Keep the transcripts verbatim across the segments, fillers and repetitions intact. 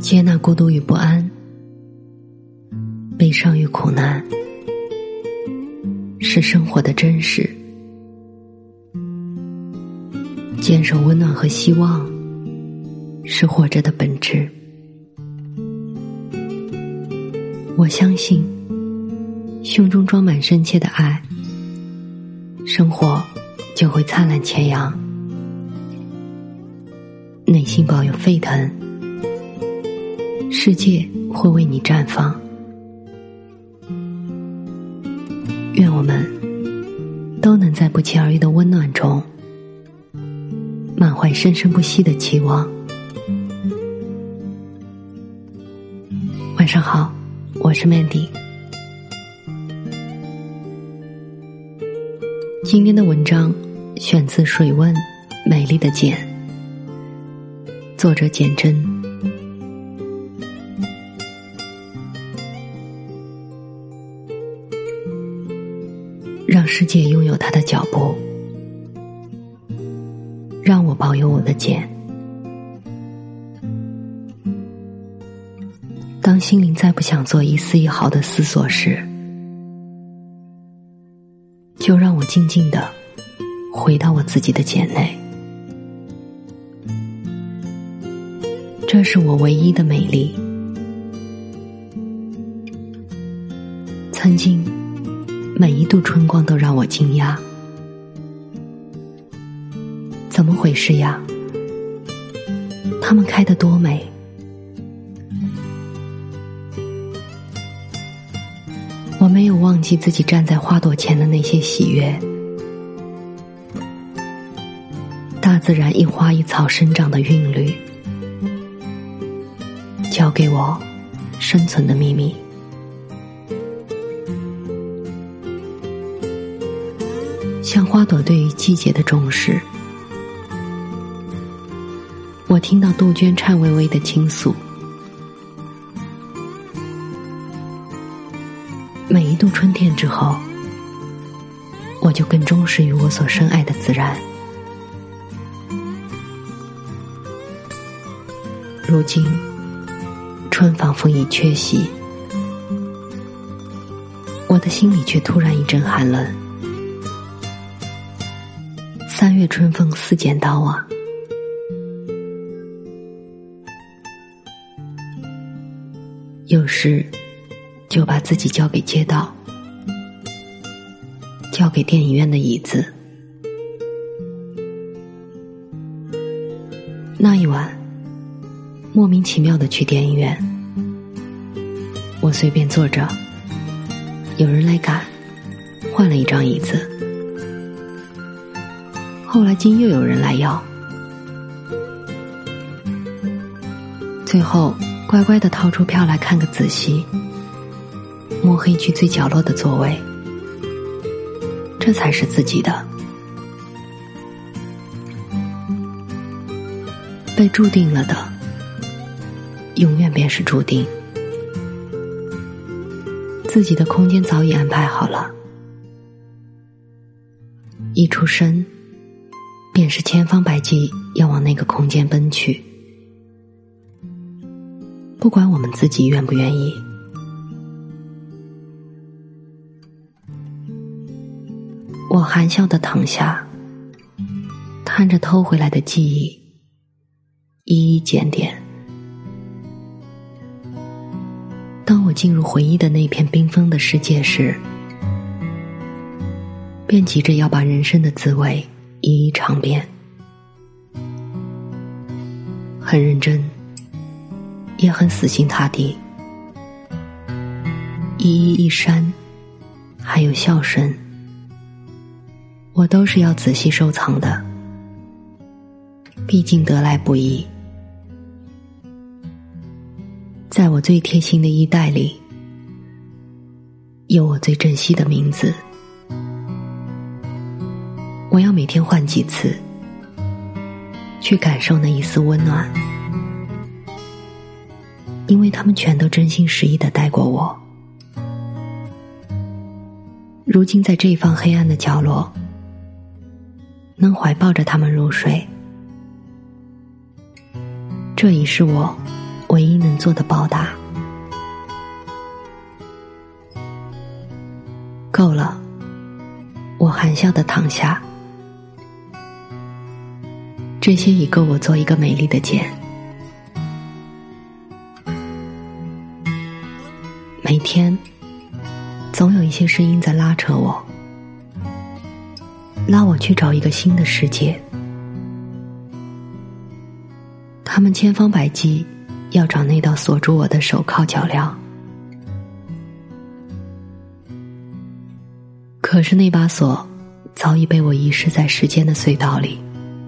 接纳孤独与不安，悲伤与苦难，是生活的真实。坚守温暖和希望，是活着的本质。我相信，胸中装满深切的爱，生活就会灿烂千阳；内心抱有沸腾，世界会为你绽放。愿我们都能在不期而遇的温暖中，满怀生生不息的期望。晚上好，我是 Mandy。 今天的文章选自水问美丽的简，作者简真。让世界拥有它的脚步，让我保有我的简。当心灵再不想做一丝一毫的思索时，就让我静静地回到我自己的简内。这是我唯一的美丽。曾经每一度春光都让我惊讶，怎么回事呀？它们开得多美！我没有忘记自己站在花朵前的那些喜悦，大自然一花一草生长的韵律，教给我生存的秘密。像花朵对于季节的重视，我听到杜鹃颤巍巍的倾诉。每一度春天之后，我就更忠实于我所深爱的自然。如今春仿佛已缺席，我的心里却突然一阵寒冷。三月春风似剪刀啊！有时就把自己交给街道，交给电影院的椅子。那一晚莫名其妙地去电影院，我随便坐着，有人来赶，换了一张椅子。后来竟又有人来要，最后乖乖地掏出票来看个仔细，摸黑去最角落的座位，这才是自己的。被注定了的，永远便是注定。自己的空间早已安排好了，一出生便是千方百计要往那个空间奔去，不管我们自己愿不愿意。我含笑地躺下，看着偷回来的记忆一一检点。当我进入回忆的那片缤纷的世界时，便急着要把人生的滋味一一尝遍，很认真，也很死心塌地。一一一删，还有笑声，我都是要仔细收藏的，毕竟得来不易。在我最贴心的衣袋里，有我最珍惜的名字。我要每天换几次，去感受那一丝温暖，因为他们全都真心实意地带过我。如今在这一方黑暗的角落，能怀抱着他们入睡，这已是我唯一能做的报答。够了，我含笑地躺下，这些已够我做一个美丽的茧。每天总有一些声音在拉扯我，拉我去找一个新的世界。他们千方百计要找那道锁住我的手铐脚镣，可是那把锁早已被我遗失在时间的隧道里，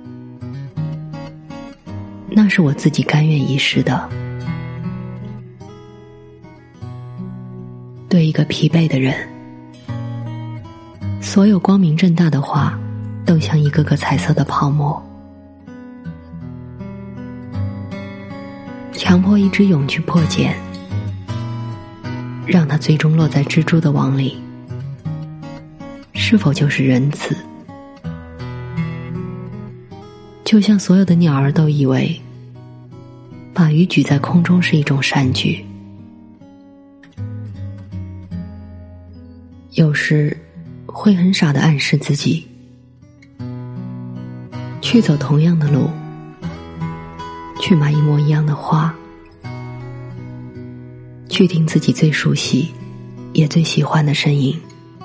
那是我自己甘愿遗失的。对一个疲惫的人，所有光明正大的话都像一个个彩色的泡沫。强迫一只蛹去破茧，让它最终落在蜘蛛的网里，是否就是仁慈？就像所有的鸟儿都以为把鱼举在空中是一种善举。有时会很傻地暗示自己，去走同样的路，去买一模一样的花，去听自己最熟悉也最喜欢的声音。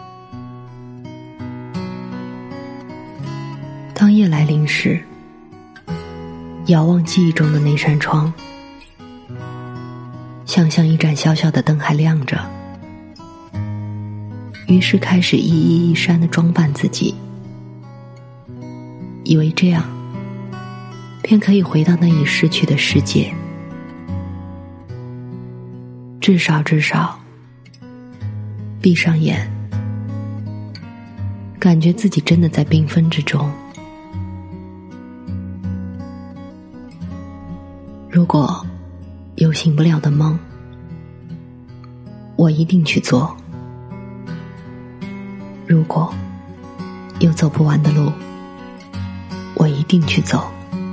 当夜来临时，遥望记忆中的那扇窗，想象一盏小小的灯还亮着，于是开始一衣一衫地装扮自己，以为这样便可以回到那已逝去的世界。至少至少闭上眼，感觉自己真的在缤纷之中。如果有醒不了的梦，我一定去做；如果有走不完的路，我一定去走；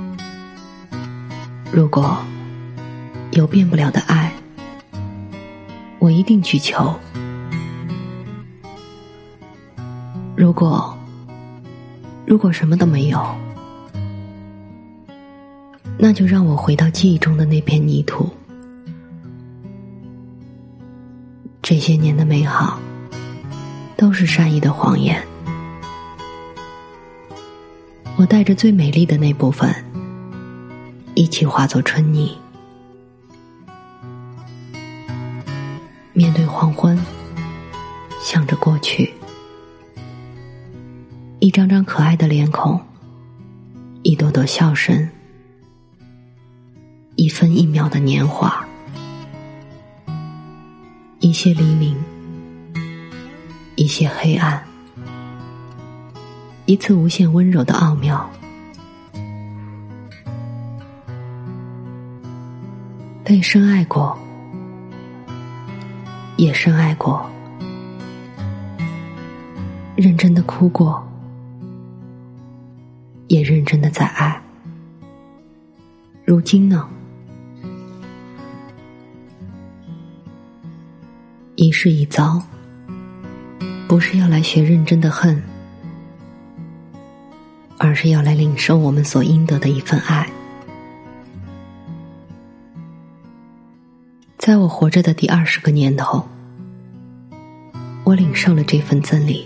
如果有变不了的爱，我一定去求；如果如果什么都没有，那就让我回到记忆中的那片泥土。这些年的美好都是善意的谎言，我带着最美丽的那部分一起化作春泥。面对黄昏，想着过去，一张张可爱的脸孔，一朵朵笑声，一分一秒的年华，一些黎明，一些黑暗，一次无限温柔的奥妙。被深爱过，也深爱过，认真的哭过，也认真的在爱。如今呢？一世一遭，不是要来学认真的恨，而是要来领受我们所应得的一份爱。在我活着的第二十个年头，我领受了这份赠礼。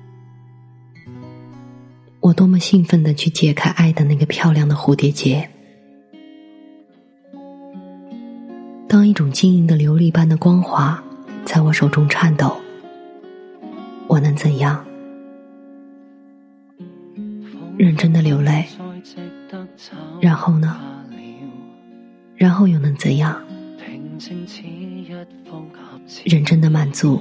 我多么兴奋地去解开爱的那个漂亮的蝴蝶结。当一种晶莹的琉璃般的光华在我手中颤抖，我能怎样？认真的流泪，然后呢？然后又能怎样？认真的满足。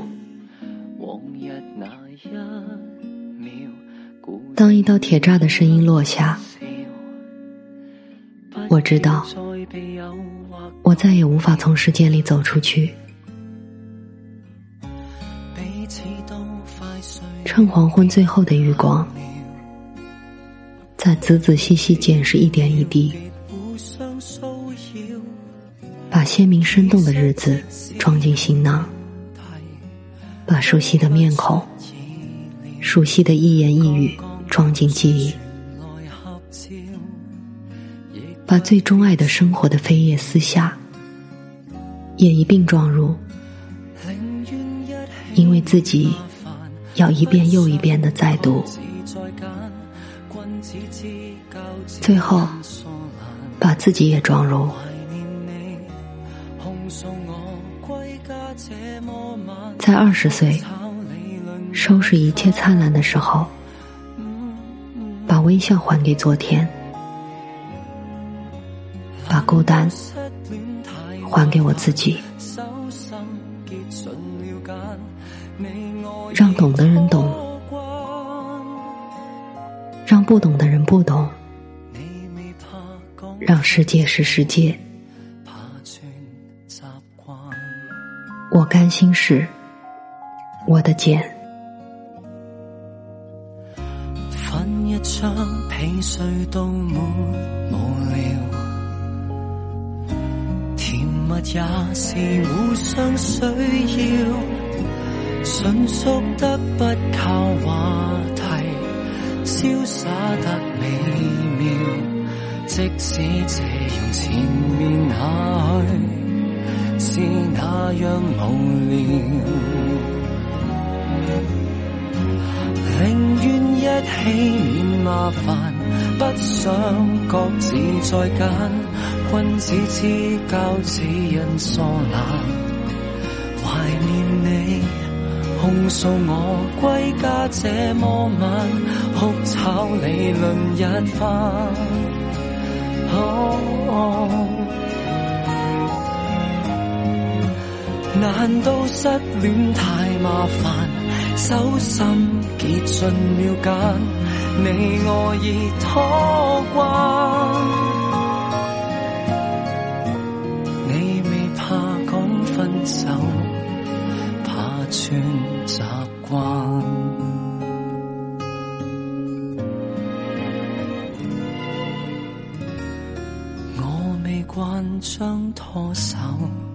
当一道铁栅的声音落下，我知道我再也无法从时间里走出去。趁黄昏最后的余光，再仔仔细细检视一点一滴， 把鲜明生动的日子装进行囊，把熟悉的面孔、熟悉的一言一语装进记忆，把最钟爱的生活的飞叶撕下，也一并装入，因为自己要一遍又一遍地再读，最后把自己也装入。在二十岁收拾一切灿烂的时候，把微笑还给昨天，把孤单还给我自己，让懂的人懂，让不懂的人不懂，让世界是世界。我甘心是我的茧。 瞓一張被睡到沒無聊，甜蜜也是互相需要，迅速得不靠話題，瀟灑得美妙，即使這樣纏綿下去是那樣無聊，寧願一起免麻煩，不想各自再揀，君子之交只因疏懶，懷念你控訴我歸家這麼晚，哭吵理論一番。哦哦難道失戀太麻煩，手心結盡了繭，你我已拖慣，你未怕講分手，怕轉習慣，我未慣將拖手